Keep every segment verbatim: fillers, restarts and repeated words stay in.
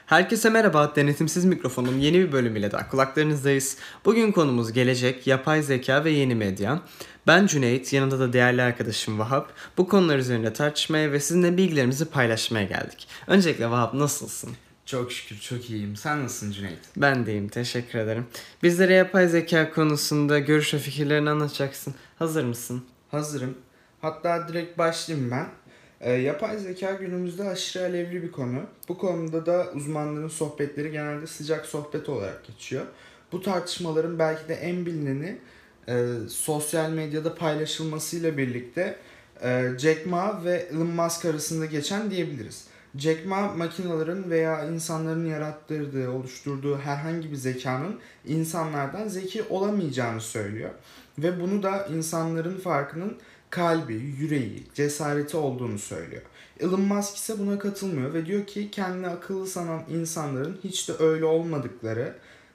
Herkese merhaba, Denetimsiz Mikrofon'un yeni bir bölümüyle daha kulaklarınızdayız. Bugün konumuz gelecek, yapay zeka ve yeni medya. Ben Cüneyt, yanında da değerli arkadaşım Vahap. Bu konular üzerinde tartışmaya ve sizinle bilgilerimizi paylaşmaya geldik. Öncelikle Vahap, nasılsın? Çok şükür çok iyiyim. Sen nasılsın Cüneyt? Ben de iyiyim, teşekkür ederim. Bizlere yapay zeka konusunda görüş ve fikirlerini anlatacaksın. Hazır mısın? Hazırım. Hatta direkt başlayayım ben. Ee, yapay zeka günümüzde aşırı alevli bir konu. Bu konuda da uzmanların sohbetleri genelde sıcak sohbet olarak geçiyor. Bu tartışmaların belki de en bilineni e, sosyal medyada paylaşılmasıyla birlikte e, Jack Ma ve Elon Musk arasında geçen diyebiliriz. Jack Ma, makinelerin veya insanların yarattırdığı, oluşturduğu herhangi bir zekanın insanlardan zeki olamayacağını söylüyor. Ve bunu da insanların farkının kalbi, yüreği, cesareti olduğunu söylüyor. Elon Musk ise buna katılmıyor ve diyor ki kendini akıllı sanan insanların hiç de öyle olmadıkları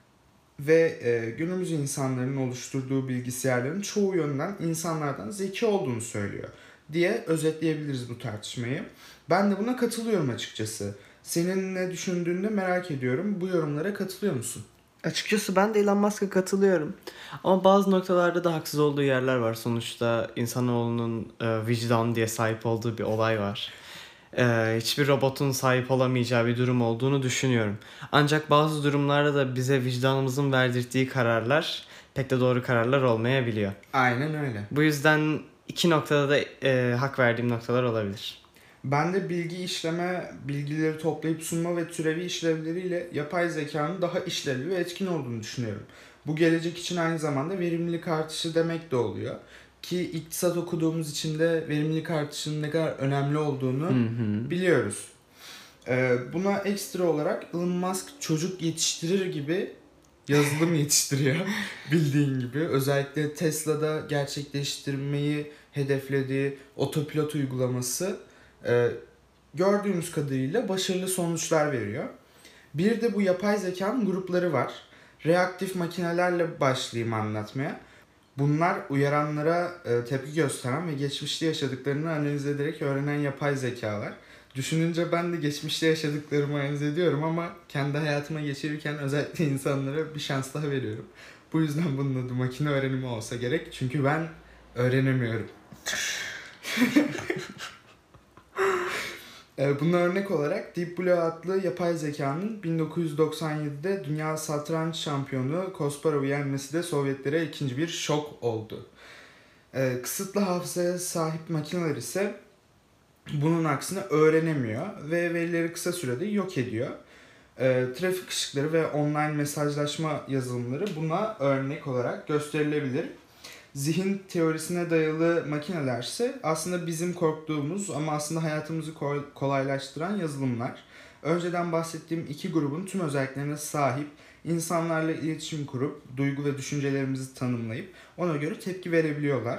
ve e, günümüz insanların oluşturduğu bilgisayarların çoğu yönden insanlardan zeki olduğunu söylüyor diye özetleyebiliriz bu tartışmayı. Ben de buna katılıyorum açıkçası. Senin ne düşündüğünü merak ediyorum. Bu yorumlara katılıyor musun? Açıkçası ben de Elon Musk'a katılıyorum. Ama bazı noktalarda da haksız olduğu yerler var. Sonuçta insanoğlunun e, vicdan diye sahip olduğu bir olay var. E, hiçbir robotun sahip olamayacağı bir durum olduğunu düşünüyorum. Ancak bazı durumlarda da bize vicdanımızın verdirdiği kararlar pek de doğru kararlar olmayabiliyor. Aynen öyle. Bu yüzden iki noktada da e, hak verdiğim noktalar olabilir. Ben de bilgi işleme, bilgileri toplayıp sunma ve türevi işlevleriyle yapay zekanın daha işlevli ve etkin olduğunu düşünüyorum. Bu gelecek için aynı zamanda verimlilik artışı demek de oluyor. Ki iktisat okuduğumuz için de verimlilik artışının ne kadar önemli olduğunu Hı hı. biliyoruz. Ee, buna ekstra olarak Elon Musk çocuk yetiştirir gibi yazılım yetiştiriyor bildiğin gibi. Özellikle Tesla'da gerçekleştirmeyi hedeflediği otopilot uygulaması e, gördüğümüz kadarıyla başarılı sonuçlar veriyor. Bir de bu yapay zekanın grupları var. Reaktif makinelerle başlayayım anlatmaya. Bunlar uyaranlara e, tepki gösteren ve geçmişte yaşadıklarını analiz ederek öğrenen yapay zekalar. Düşününce ben de geçmişte yaşadıklarımı analiz ediyorum ama kendi hayatıma geçirirken özellikle insanlara bir şans daha veriyorum. Bu yüzden bunun adı makine öğrenimi olsa gerek. Çünkü ben öğrenemiyorum. Buna örnek olarak Deep Blue adlı yapay zekanın bin dokuz yüz doksan yedide Dünya Satranç Şampiyonu Kasparov'u yenmesi de Sovyetlere ikinci bir şok oldu. Kısıtlı hafızaya sahip makineler ise bunun aksine öğrenemiyor ve verileri kısa sürede yok ediyor. Trafik ışıkları ve online mesajlaşma yazılımları buna örnek olarak gösterilebilir. Zihin teorisine dayalı makineler ise aslında bizim korktuğumuz ama aslında hayatımızı kolaylaştıran yazılımlar. Önceden bahsettiğim iki grubun tüm özelliklerine sahip, insanlarla iletişim kurup duygu ve düşüncelerimizi tanımlayıp ona göre tepki verebiliyorlar.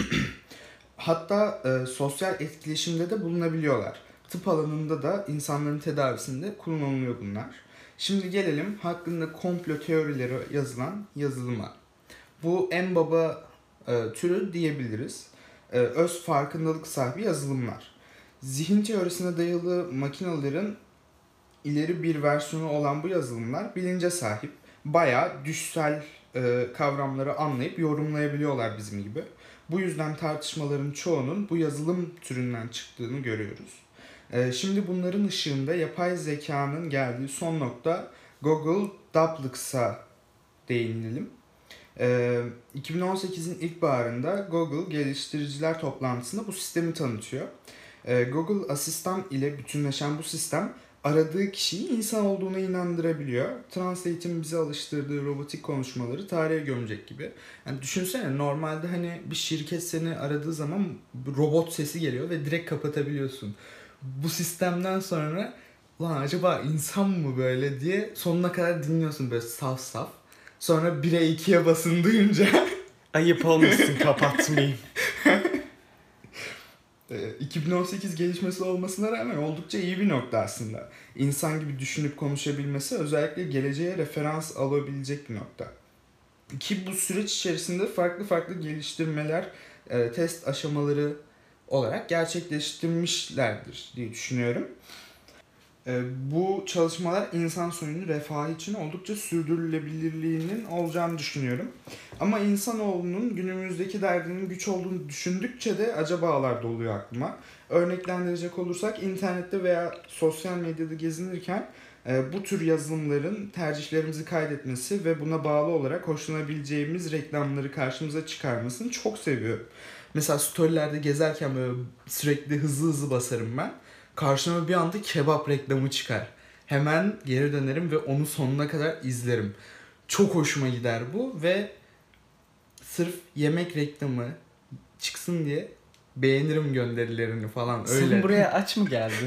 Hatta e, sosyal etkileşimde de bulunabiliyorlar. Tıp alanında da insanların tedavisinde kullanılıyor bunlar. Şimdi gelelim hakkında komplo teorileri yazılan yazılıma. Bu en baba e, türü diyebiliriz. E, öz farkındalık sahibi yazılımlar. Zihin teorisine dayalı makinelerin ileri bir versiyonu olan bu yazılımlar bilince sahip. Bayağı düşsel e, kavramları anlayıp yorumlayabiliyorlar bizim gibi. Bu yüzden tartışmaların çoğunun bu yazılım türünden çıktığını görüyoruz. E, şimdi bunların ışığında yapay zekanın geldiği son nokta Google Duplics'a değinelim. E, iki bin on sekizin ilkbaharında Google geliştiriciler toplantısında bu sistemi tanıtıyor. E, Google Asistan ile bütünleşen bu sistem aradığı kişiyi insan olduğuna inandırabiliyor. Translate'in bize alıştırdığı robotik konuşmaları tarihe gömecek gibi. Yani düşünsene normalde hani bir şirket seni aradığı zaman robot sesi geliyor ve direkt kapatabiliyorsun. Bu sistemden sonra lan acaba insan mı böyle diye sonuna kadar dinliyorsun böyle saf saf. Sonra bire ikiye basın duyunca ayıp olmasın kapatmayayım. iki bin on sekiz gelişmesi olmasına rağmen oldukça iyi bir nokta aslında. İnsan gibi düşünüp konuşabilmesi özellikle geleceğe referans alabilecek bir nokta. Ki bu süreç içerisinde farklı farklı geliştirmeler, test aşamaları olarak gerçekleştirmişlerdir diye düşünüyorum. Ee, bu çalışmalar insan soyunun refahı için oldukça sürdürülebilirliğinin olacağını düşünüyorum. Ama insanoğlunun günümüzdeki derdinin güç olduğunu düşündükçe de acabalar doluyor aklıma. Örneklendirecek olursak internette veya sosyal medyada gezinirken e, bu tür yazılımların tercihlerimizi kaydetmesi ve buna bağlı olarak hoşlanabileceğimiz reklamları karşımıza çıkarmasını çok seviyorum. Mesela storylerde gezerken böyle sürekli hızlı hızlı basarım ben. Karşıma bir anda kebap reklamı çıkar. Hemen geri dönerim ve onu sonuna kadar izlerim. Çok hoşuma gider bu ve sırf yemek reklamı çıksın diye beğenirim gönderilerini falan öyle. Sen buraya aç mı geldin?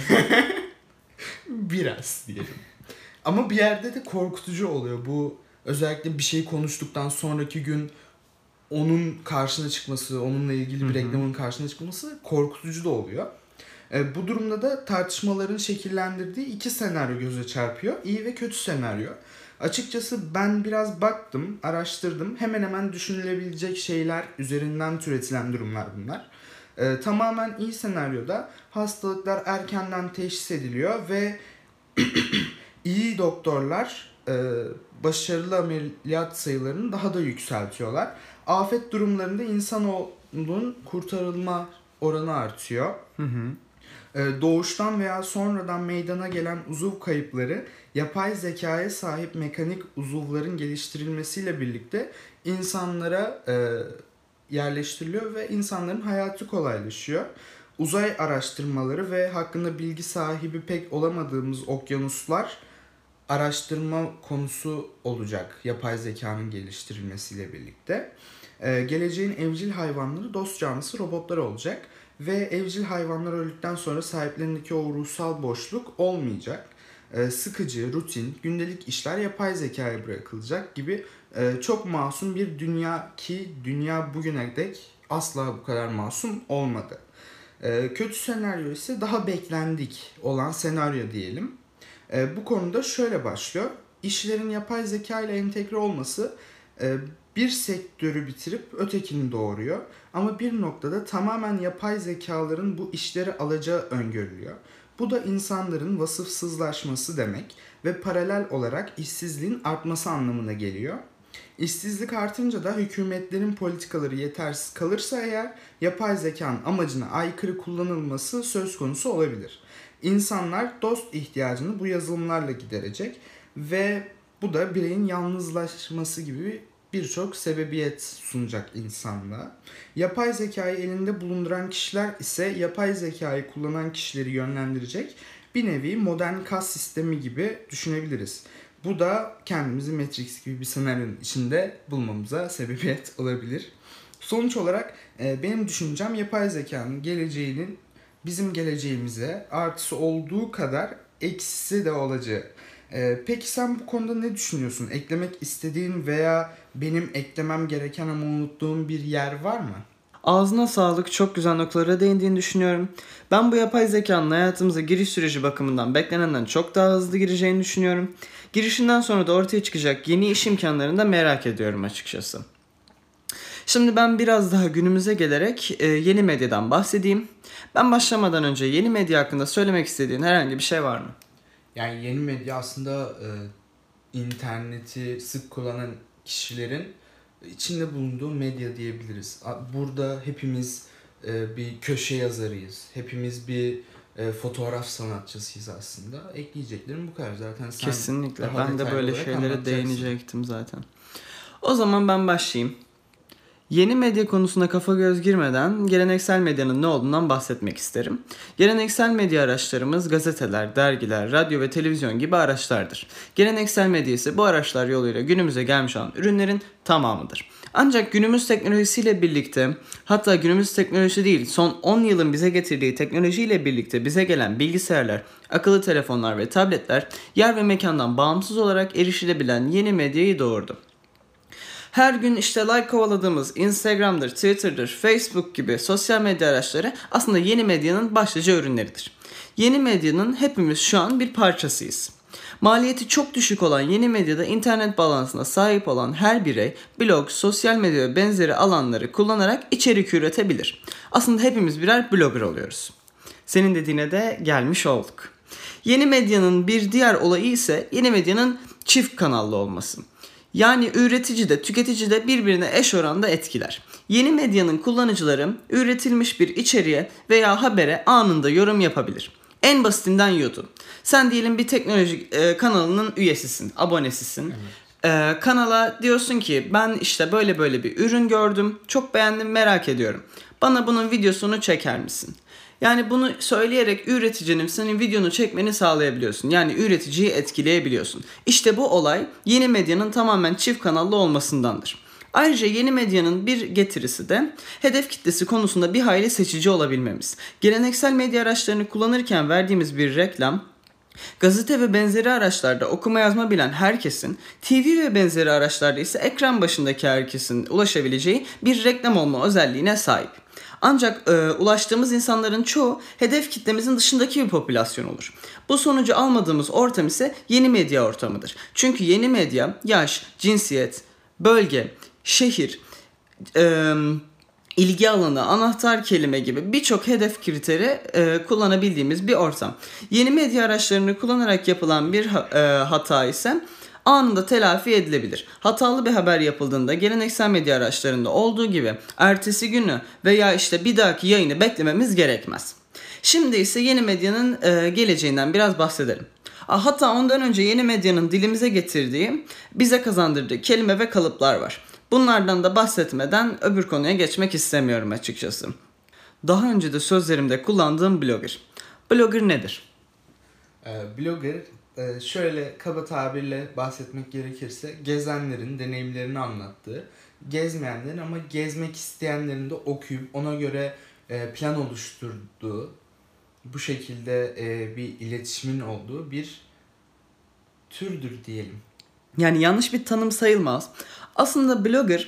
Biraz diyelim. Ama bir yerde de korkutucu oluyor. Bu özellikle bir şey konuştuktan sonraki gün onun karşına çıkması, onunla ilgili bir reklamın karşına çıkması korkutucu da oluyor. E, bu durumda da tartışmaların şekillendirdiği iki senaryo göze çarpıyor. İyi ve kötü senaryo. Açıkçası ben biraz baktım, araştırdım. Hemen hemen düşünülebilecek şeyler üzerinden türetilen durumlar bunlar. E, tamamen iyi senaryoda hastalıklar erkenden teşhis ediliyor ve iyi doktorlar e, başarılı ameliyat sayılarını daha da yükseltiyorlar. Afet durumlarında insanoğlunun kurtarılma oranı artıyor. Hı hı. Doğuştan veya sonradan meydana gelen uzuv kayıpları yapay zekaya sahip mekanik uzuvların geliştirilmesiyle birlikte insanlara e, yerleştiriliyor ve insanların hayatı kolaylaşıyor. Uzay araştırmaları ve hakkında bilgi sahibi pek olamadığımız okyanuslar araştırma konusu olacak yapay zekanın geliştirilmesiyle birlikte. Ee, geleceğin evcil hayvanları dost canlısı robotlar olacak ve evcil hayvanlar öldükten sonra sahiplerindeki o ruhsal boşluk olmayacak. Ee, sıkıcı, rutin, gündelik işler yapay zekaya bırakılacak gibi e, çok masum bir dünya ki dünya bugüne dek asla bu kadar masum olmadı. Ee, kötü senaryo ise daha beklendik olan senaryo diyelim. Ee, bu konuda şöyle başlıyor. İşlerin yapay zeka ile entegre olması e, bir sektörü bitirip ötekini doğuruyor. Ama bir noktada tamamen yapay zekaların bu işleri alacağı öngörülüyor. Bu da insanların vasıfsızlaşması demek ve paralel olarak işsizliğin artması anlamına geliyor. İşsizlik artınca da hükümetlerin politikaları yetersiz kalırsa eğer yapay zekanın amacına aykırı kullanılması söz konusu olabilir. İnsanlar dost ihtiyacını bu yazılımlarla giderecek ve bu da bireyin yalnızlaşması gibi birçok sebebiyet sunacak insanlığa. Yapay zekayı elinde bulunduran kişiler ise yapay zekayı kullanan kişileri yönlendirecek bir nevi modern kas sistemi gibi düşünebiliriz. Bu da kendimizi Matrix gibi bir senaryonun içinde bulmamıza sebebiyet olabilir. Sonuç olarak benim düşüncem yapay zekanın geleceğinin bizim geleceğimize artısı olduğu kadar eksisi de olacağı. Ee, peki sen bu konuda ne düşünüyorsun? Eklemek istediğin veya benim eklemem gereken ama unuttuğum bir yer var mı? Ağzına sağlık, çok güzel noktalara değindiğini düşünüyorum. Ben bu yapay zekanın hayatımıza giriş süreci bakımından beklenenden çok daha hızlı gireceğini düşünüyorum. Girişinden sonra da ortaya çıkacak yeni iş imkanlarını da merak ediyorum açıkçası. Şimdi ben biraz daha günümüze gelerek e, yeni medyadan bahsedeyim. Ben başlamadan önce yeni medya hakkında söylemek istediğin herhangi bir şey var mı? Yani yeni medya aslında e, interneti sık kullanan kişilerin içinde bulunduğu medya diyebiliriz. Burada hepimiz e, bir köşe yazarıyız. Hepimiz bir e, fotoğraf sanatçısıyız aslında. Ekleyeceklerim bu kadar zaten. Sen Kesinlikle. Ben de böyle şeylere değinecektim zaten. O zaman ben başlayayım. Yeni medya konusuna kafa göz girmeden geleneksel medyanın ne olduğundan bahsetmek isterim. Geleneksel medya araçlarımız gazeteler, dergiler, radyo ve televizyon gibi araçlardır. Geleneksel medya ise bu araçlar yoluyla günümüze gelmiş olan ürünlerin tamamıdır. Ancak günümüz teknolojisiyle birlikte, hatta günümüz teknolojisi değil, son on yılın bize getirdiği teknolojiyle birlikte bize gelen bilgisayarlar, akıllı telefonlar ve tabletler yer ve mekandan bağımsız olarak erişilebilen yeni medyayı doğurdu. Her gün işte like kovaladığımız Instagram'dır, Twitter'dır, Facebook gibi sosyal medya araçları aslında yeni medyanın başlıca ürünleridir. Yeni medyanın hepimiz şu an bir parçasıyız. Maliyeti çok düşük olan yeni medyada internet bağlantısına sahip olan her birey blog, sosyal medya ve benzeri alanları kullanarak içerik üretebilir. Aslında hepimiz birer blogger oluyoruz. Senin dediğine de gelmiş olduk. Yeni medyanın bir diğer olayı ise yeni medyanın çift kanallı olması. Yani üretici de tüketici de birbirine eş oranda etkiler. Yeni medyanın kullanıcıları üretilmiş bir içeriğe veya habere anında yorum yapabilir. En basitinden YouTube. Sen diyelim bir teknoloji e, kanalının üyesisin, abonesisin. Evet. E, kanala diyorsun ki ben işte böyle böyle bir ürün gördüm, çok beğendim, merak ediyorum. Bana bunun videosunu çeker misin? Yani bunu söyleyerek üreticinin senin videonu çekmeni sağlayabiliyorsun. Yani üreticiyi etkileyebiliyorsun. İşte bu olay yeni medyanın tamamen çift kanallı olmasındandır. Ayrıca yeni medyanın bir getirisi de hedef kitlesi konusunda bir hayli seçici olabilmemiz. Geleneksel medya araçlarını kullanırken verdiğimiz bir reklam, gazete ve benzeri araçlarda okuma yazma bilen herkesin, T V ve benzeri araçlarda ise ekran başındaki herkesin ulaşabileceği bir reklam olma özelliğine sahip. Ancak e, ulaştığımız insanların çoğu hedef kitlemizin dışındaki bir popülasyon olur. Bu sonucu almadığımız ortam ise yeni medya ortamıdır. Çünkü yeni medya yaş, cinsiyet, bölge, şehir, e, ilgi alanı, anahtar kelime gibi birçok hedef kriteri e, kullanabildiğimiz bir ortam. Yeni medya araçlarını kullanarak yapılan bir e, hata ise anında telafi edilebilir. Hatalı bir haber yapıldığında geleneksel medya araçlarında olduğu gibi ertesi günü veya işte bir dahaki yayını beklememiz gerekmez. Şimdi ise yeni medyanın e, geleceğinden biraz bahsedelim. Hatta ondan önce yeni medyanın dilimize getirdiği, bize kazandırdığı kelime ve kalıplar var. Bunlardan da bahsetmeden öbür konuya geçmek istemiyorum açıkçası. Daha önce de sözlerimde kullandığım blogger. Blogger nedir? Ee, blogger e, şöyle kaba tabirle bahsetmek gerekirse gezenlerin deneyimlerini anlattığı, gezmeyenlerin ama gezmek isteyenlerin de okuyup ona göre e, plan oluşturduğu, bu şekilde e, bir iletişimin olduğu bir türdür diyelim. Yani yanlış bir tanım sayılmaz. Aslında blogger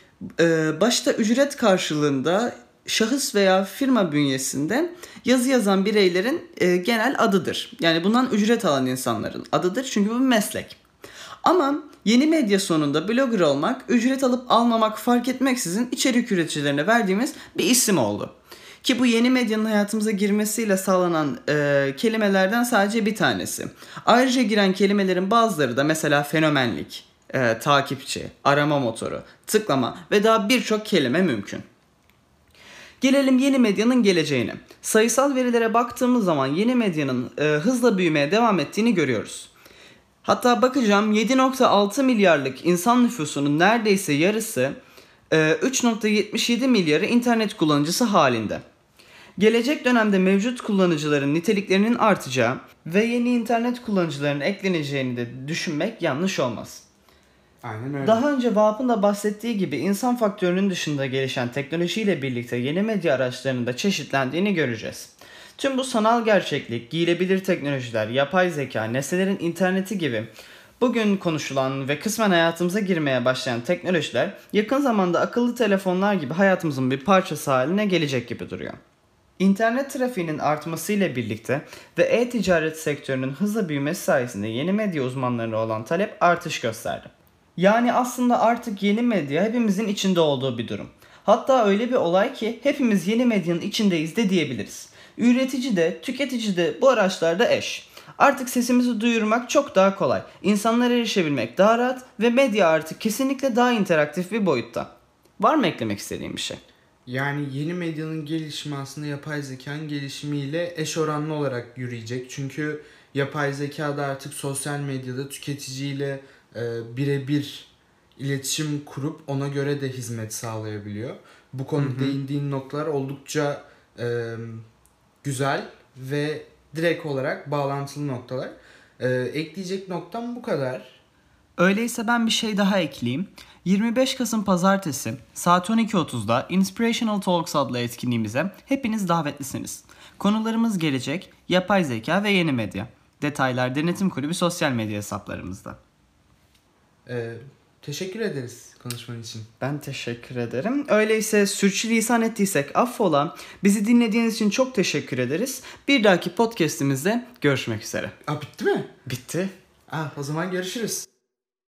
başta ücret karşılığında şahıs veya firma bünyesinde yazı yazan bireylerin genel adıdır. Yani bundan ücret alan insanların adıdır çünkü bu bir meslek. Ama yeni medya sonunda blogger olmak, ücret alıp almamak fark etmeksizin içerik üreticilerine verdiğimiz bir isim oldu. Ki bu yeni medyanın hayatımıza girmesiyle sağlanan e, kelimelerden sadece bir tanesi. Ayrıca giren kelimelerin bazıları da mesela fenomenlik, e, takipçi, arama motoru, tıklama ve daha birçok kelime mümkün. Gelelim yeni medyanın geleceğine. Sayısal verilere baktığımız zaman yeni medyanın e, hızla büyümeye devam ettiğini görüyoruz. Hatta bakacağım yedi nokta altı milyarlık insan nüfusunun neredeyse yarısı e, üç nokta yetmiş yedi milyarı internet kullanıcısı halinde. Gelecek dönemde mevcut kullanıcıların niteliklerinin artacağı ve yeni internet kullanıcılarının ekleneceğini de düşünmek yanlış olmaz. Aynen öyle. Daha önce Vahap'ın da bahsettiği gibi insan faktörünün dışında gelişen teknolojiyle birlikte yeni medya araçlarının da çeşitlendiğini göreceğiz. Tüm bu sanal gerçeklik, giyilebilir teknolojiler, yapay zeka, nesnelerin interneti gibi bugün konuşulan ve kısmen hayatımıza girmeye başlayan teknolojiler yakın zamanda akıllı telefonlar gibi hayatımızın bir parçası haline gelecek gibi duruyor. İnternet trafiğinin artmasıyla birlikte ve e-ticaret sektörünün hızla büyümesi sayesinde yeni medya uzmanlarına olan talep artış gösterdi. Yani aslında artık yeni medya hepimizin içinde olduğu bir durum. Hatta öyle bir olay ki hepimiz yeni medyanın içindeyiz de diyebiliriz. Üretici de, tüketici de bu araçlarda eş. Artık sesimizi duyurmak çok daha kolay. İnsanlara erişebilmek daha rahat ve medya artık kesinlikle daha interaktif bir boyutta. Var mı eklemek istediğim bir şey? Yani yeni medyanın gelişimi aslında yapay zekanın gelişimiyle eş oranlı olarak yürüyecek. Çünkü yapay zekada artık sosyal medyada tüketiciyle e, birebir iletişim kurup ona göre de hizmet sağlayabiliyor. Bu konuda hı hı. değindiğin noktalar oldukça e, güzel ve direkt olarak bağlantılı noktalar. E, ekleyecek noktam bu kadar. Öyleyse ben bir şey daha ekleyeyim. yirmi beş Kasım Pazartesi saat on iki otuzda Inspirational Talks adlı etkinliğimize hepiniz davetlisiniz. Konularımız gelecek, yapay zeka ve yeni medya. Detaylar Denetim Kulübü sosyal medya hesaplarımızda. Ee, teşekkür ederiz konuşman için. Ben teşekkür ederim. Öyleyse sürçülisan ettiysek affola. Bizi dinlediğiniz için çok teşekkür ederiz. Bir dahaki podcastimizde görüşmek üzere. Aa, bitti mi? Bitti. Aa, o zaman görüşürüz.